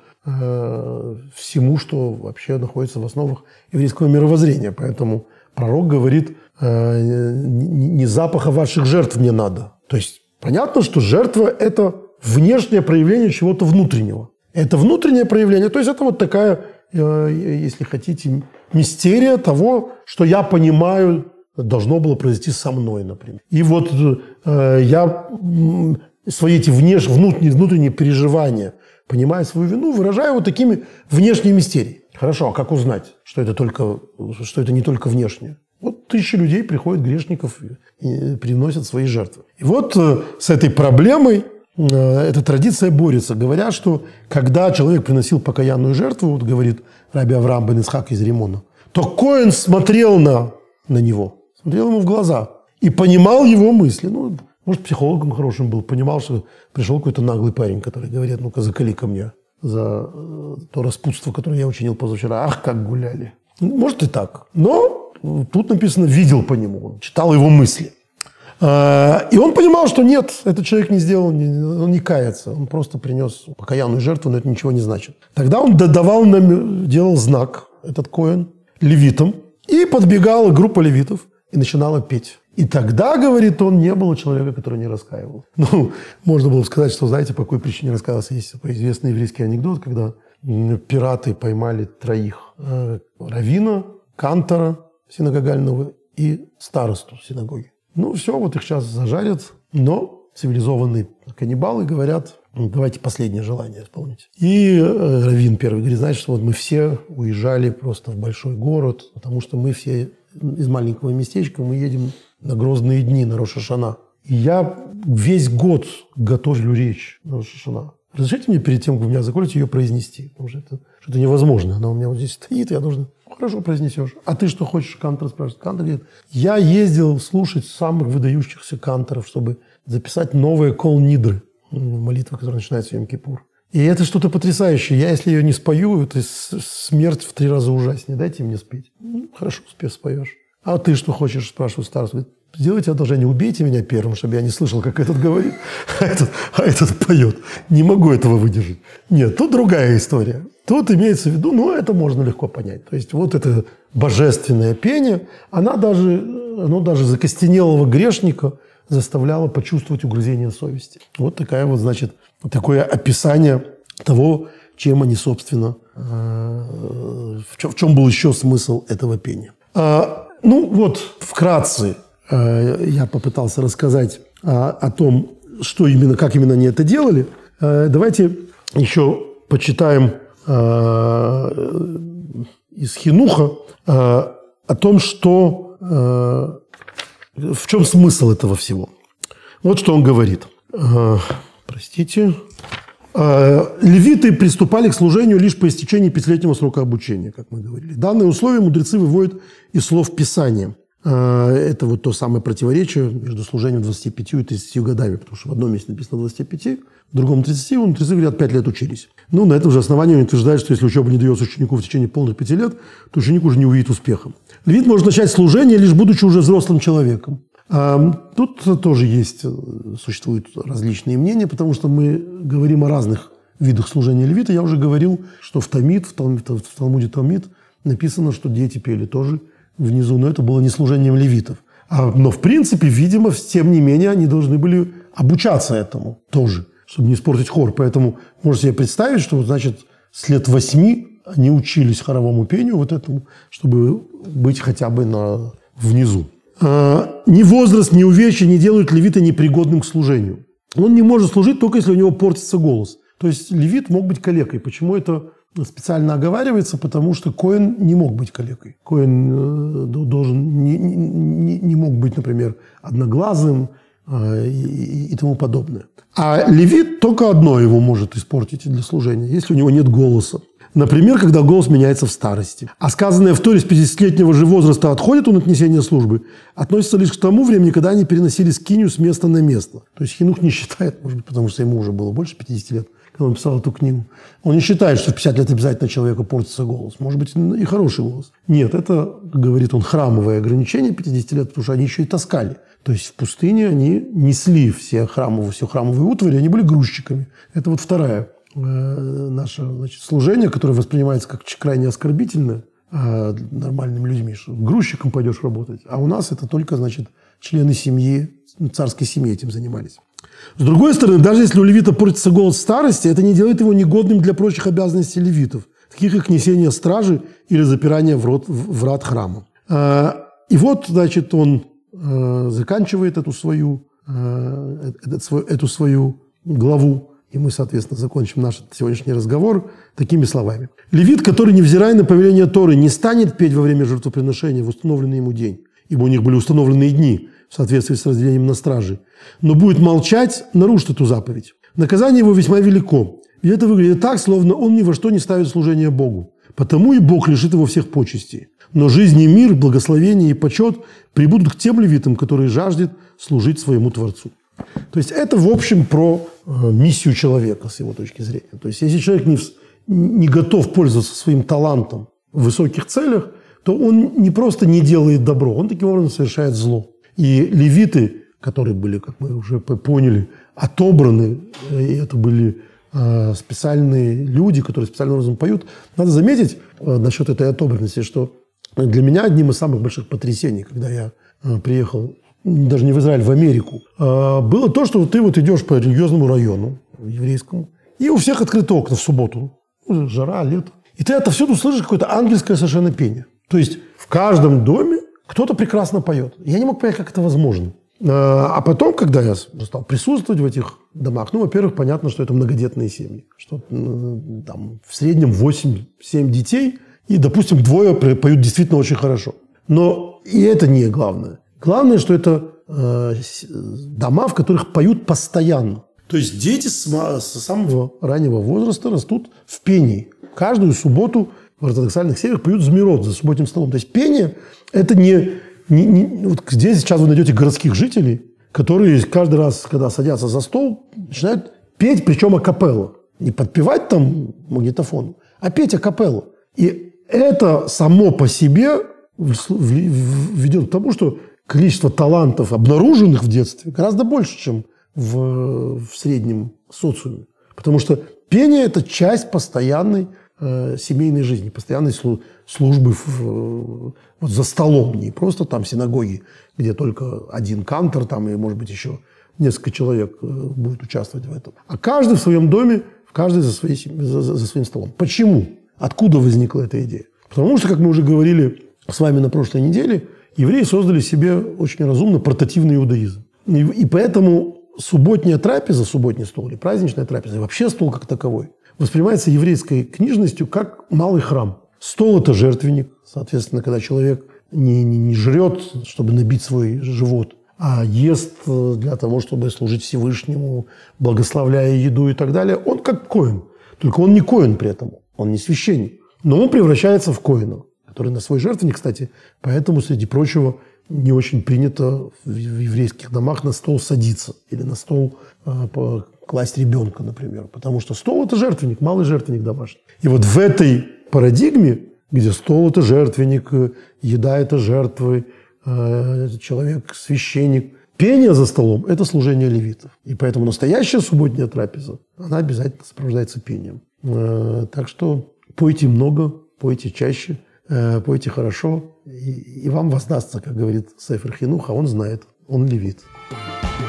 э, всему, что вообще находится в основах еврейского мировоззрения. Поэтому пророк говорит, э, не запаха ваших жертв мне надо. То есть понятно, что жертва – это внешнее проявление чего-то внутреннего. Это внутреннее проявление, то есть это вот такая, если хотите, мистерия того, что я понимаю, должно было произойти со мной, например. И вот я свои эти внеш... внутренние, внутренние переживания, понимая свою вину, выражаю вот такими внешними мистериями. Хорошо, а как узнать, что это, только, что это не только внешнее? Вот тысячи людей приходят, грешников, и приносят свои жертвы. И вот э, с этой проблемой э, эта традиция борется, говоря, что когда человек приносил покаянную жертву, вот говорит Раби Авраам бен Ицхак из Римона, то коэн смотрел на, на него, смотрел ему в глаза и понимал его мысли. Ну, может, психологом хорошим был, понимал, что пришел какой-то наглый парень, который говорит: ну-ка, закали ко мне за э, то распутство, которое я учинил позавчера. Ах, как гуляли. Может и так. Но тут написано «видел по нему», он читал его мысли. И он понимал, что нет, этот человек не сделал, он не кается, он просто принес покаянную жертву, но это ничего не значит. Тогда он додавал нам, делал знак, этот Коэн, левитам, и подбегала группа левитов и начинала петь. И тогда, говорит он, не было человека, который не раскаивал. Ну, можно было сказать, что, знаете, по какой причине раскаивался. Есть известный еврейский анекдот, когда пираты поймали троих: раввина, кантора синагогального и старосту синагоги. Ну, все, вот их сейчас зажарят, но цивилизованные каннибалы говорят: давайте последнее желание исполнить. И раввин первый говорит: знаешь, что вот мы все уезжали просто в большой город, потому что мы все из маленького местечка, мы едем на грозные дни, на Рош ха-Шана. И я весь год готовлю речь на Рош ха-Шана. Разрешите мне перед тем, как вы меня закроете, ее произнести? Потому что это что-то невозможно. Она у меня вот здесь стоит, я должен... Хорошо, произнесешь. А ты что хочешь? Кантор спрашивает. Кантор говорит: я ездил слушать самых выдающихся канторов, чтобы записать новые кол-нидры, молитвы, которые начинаются в Йом-Кипур. И это что-то потрясающее. Я, если ее не спою, это смерть в три раза ужаснее. Дайте мне спеть. Ну, хорошо, спев споешь. А ты что хочешь? Спрашивает староста. Говорит: сделайте одолжение, убейте меня первым, чтобы я не слышал, как этот говорит, а этот, а этот поет. Не могу этого выдержать. Нет, тут другая история. Тут имеется в виду, ну, это можно легко понять. То есть вот это божественное пение, она даже, оно даже закостенелого грешника заставляло почувствовать угрызение совести. Вот такая вот, значит, такое описание того, чем они, собственно, в чем, в чем был еще смысл этого пения. Ну, вот вкратце я попытался рассказать о том, что именно, как именно они это делали. Давайте еще почитаем из Хинуха о том, что, в чем смысл этого всего. Вот что он говорит. Простите. Левиты приступали к служению лишь по истечении пятилетнего срока обучения, как мы говорили. Данные условия мудрецы выводят из слов Писания. Это вот то самое противоречие между служением двадцатью пятью и тридцатью годами, потому что в одном месте написано двадцать пять, в другом тридцать, мудрецы говорят, пять лет учились. Ну, на этом же основании он утверждает, что если учеба не дается ученику в течение полных пяти лет, то ученик уже не увидит успеха. Левит может начать служение, лишь будучи уже взрослым человеком. А тут тоже есть, существуют различные мнения, потому что мы говорим о разных видах служения левита. Я уже говорил, что в Тамид, в Талмуде Тамид написано, что дети пели тоже внизу, но это было не служением левитов. А, но, в принципе, видимо, тем не менее, они должны были обучаться этому тоже, чтобы не испортить хор. Поэтому можете себе представить, что, значит, с лет восьми они учились хоровому пению вот этому, чтобы быть хотя бы на, внизу. А, ни возраст, ни увечья не делают левита непригодным к служению. Он не может служить только если у него портится голос. То есть левит мог быть калекой. Почему это специально оговаривается? Потому что Коэн не мог быть калекой. Коэн должен, не, не, не мог быть, например, одноглазым и, и, и тому подобное. А левит только одно его может испортить для служения, если у него нет голоса. Например, когда голос меняется в старости. А сказанное в Торе с пятидесятилетнего же возраста отходит он от несения службы, относится лишь к тому времени, когда они переносили скинию с места на место. То есть Хинух не считает, может быть, потому что ему уже было больше пятидесяти лет, когда он писал эту книгу. Он не считает, что в пятьдесят лет обязательно человеку портится голос. Может быть, и хороший голос. Нет, это, говорит он, храмовое ограничение пятидесяти лет, потому что они еще и таскали. То есть в пустыне они несли все храмовые, все храмовые утвари, они были грузчиками. Это вот вторая наше, значит, служение, которое воспринимается как крайне оскорбительное а, нормальными людьми, что грузчиком пойдешь работать. А у нас это только, значит, члены семьи, царской семьи этим занимались. С другой стороны, даже если у левита портится голос в старости, это не делает его негодным для прочих обязанностей левитов, таких как несение стражи или запирание врат, врат храма. А, и вот, значит, он а, заканчивает эту свою, а, эту, эту свою главу. И мы, соответственно, закончим наш сегодняшний разговор такими словами. Левит, который, невзирая на повеление Торы, не станет петь во время жертвоприношения в установленный ему день, ибо у них были установленные дни в соответствии с разделением на стражи, но будет молчать, нарушит эту заповедь. Наказание его весьма велико. И это выглядит так, словно он ни во что не ставит служение Богу. Потому и Бог лишит его всех почестей. Но жизнь и мир, благословение и почет прибудут к тем левитам, которые жаждут служить своему Творцу. То есть это, в общем, про э, миссию человека с его точки зрения. То есть если человек не, в, не готов пользоваться своим талантом в высоких целях, то он не просто не делает добро, он таким образом совершает зло. И левиты, которые были, как мы уже поняли, отобраны, и это были э, специальные люди, которые специальным образом поют. Надо заметить э, насчет этой отобранности, что для меня одним из самых больших потрясений, когда я э, приехал даже не в Израиль, в Америку, э, было то, что ты вот идешь по религиозному району еврейскому, и у всех открыты окна в субботу. Жара, лето. И ты отовсюду слышишь какое-то ангельское совершенно пение. То есть в каждом доме кто-то прекрасно поет. Я не мог понять, как это возможно. А потом, когда я стал присутствовать в этих домах, ну, во-первых, понятно, что это многодетные семьи. Что там в среднем восемь-семь детей, и, допустим, двое поют действительно очень хорошо. Но и это не главное. Главное, что это э, дома, в которых поют постоянно. То есть дети с, с самого раннего возраста растут в пении. Каждую субботу в ортодоксальных семьях поют змирот за субботним столом. То есть пение – это не, не, не… Вот здесь сейчас вы найдете городских жителей, которые каждый раз, когда садятся за стол, начинают петь, причем акапелла. Не подпевать там магнитофоном, а петь акапелла. И это само по себе ведет к тому, что количество талантов, обнаруженных в детстве, гораздо больше, чем в, в среднем социуме. Потому что пение – это часть постоянной э, семейной жизни, постоянной слу- службы в, в, вот за столом. Не просто там синагоги, где только один кантор там, и, может быть, еще несколько человек э, будет участвовать в этом. А каждый в своем доме, каждый за, своей, за, за своим столом. Почему? Откуда возникла эта идея? Потому что, как мы уже говорили с вами на прошлой неделе, евреи создали себе очень разумно портативный иудаизм. И, и поэтому субботняя трапеза, субботний стол или праздничная трапеза, и вообще стол как таковой, воспринимается еврейской книжностью как малый храм. Стол – это жертвенник. Соответственно, когда человек не, не, не жрет, чтобы набить свой живот, а ест для того, чтобы служить Всевышнему, благословляя еду и так далее, он как коэн. Только он не коэн при этом, он не священник. Но он превращается в коэна, который на свой жертвенник, кстати, поэтому, среди прочего, не очень принято в еврейских домах на стол садиться или на стол э, класть ребенка, например. Потому что стол – это жертвенник, малый жертвенник домашний. И вот в этой парадигме, где стол – это жертвенник, еда – это жертвы, э, человек – священник, пение за столом – это служение левитов. И поэтому настоящая субботняя трапеза, она обязательно сопровождается пением. Э, так что пойте много, пойте чаще, э, пойте хорошо, и, и вам воздастся, как говорит Сефер Хинух, а он знает, он левит.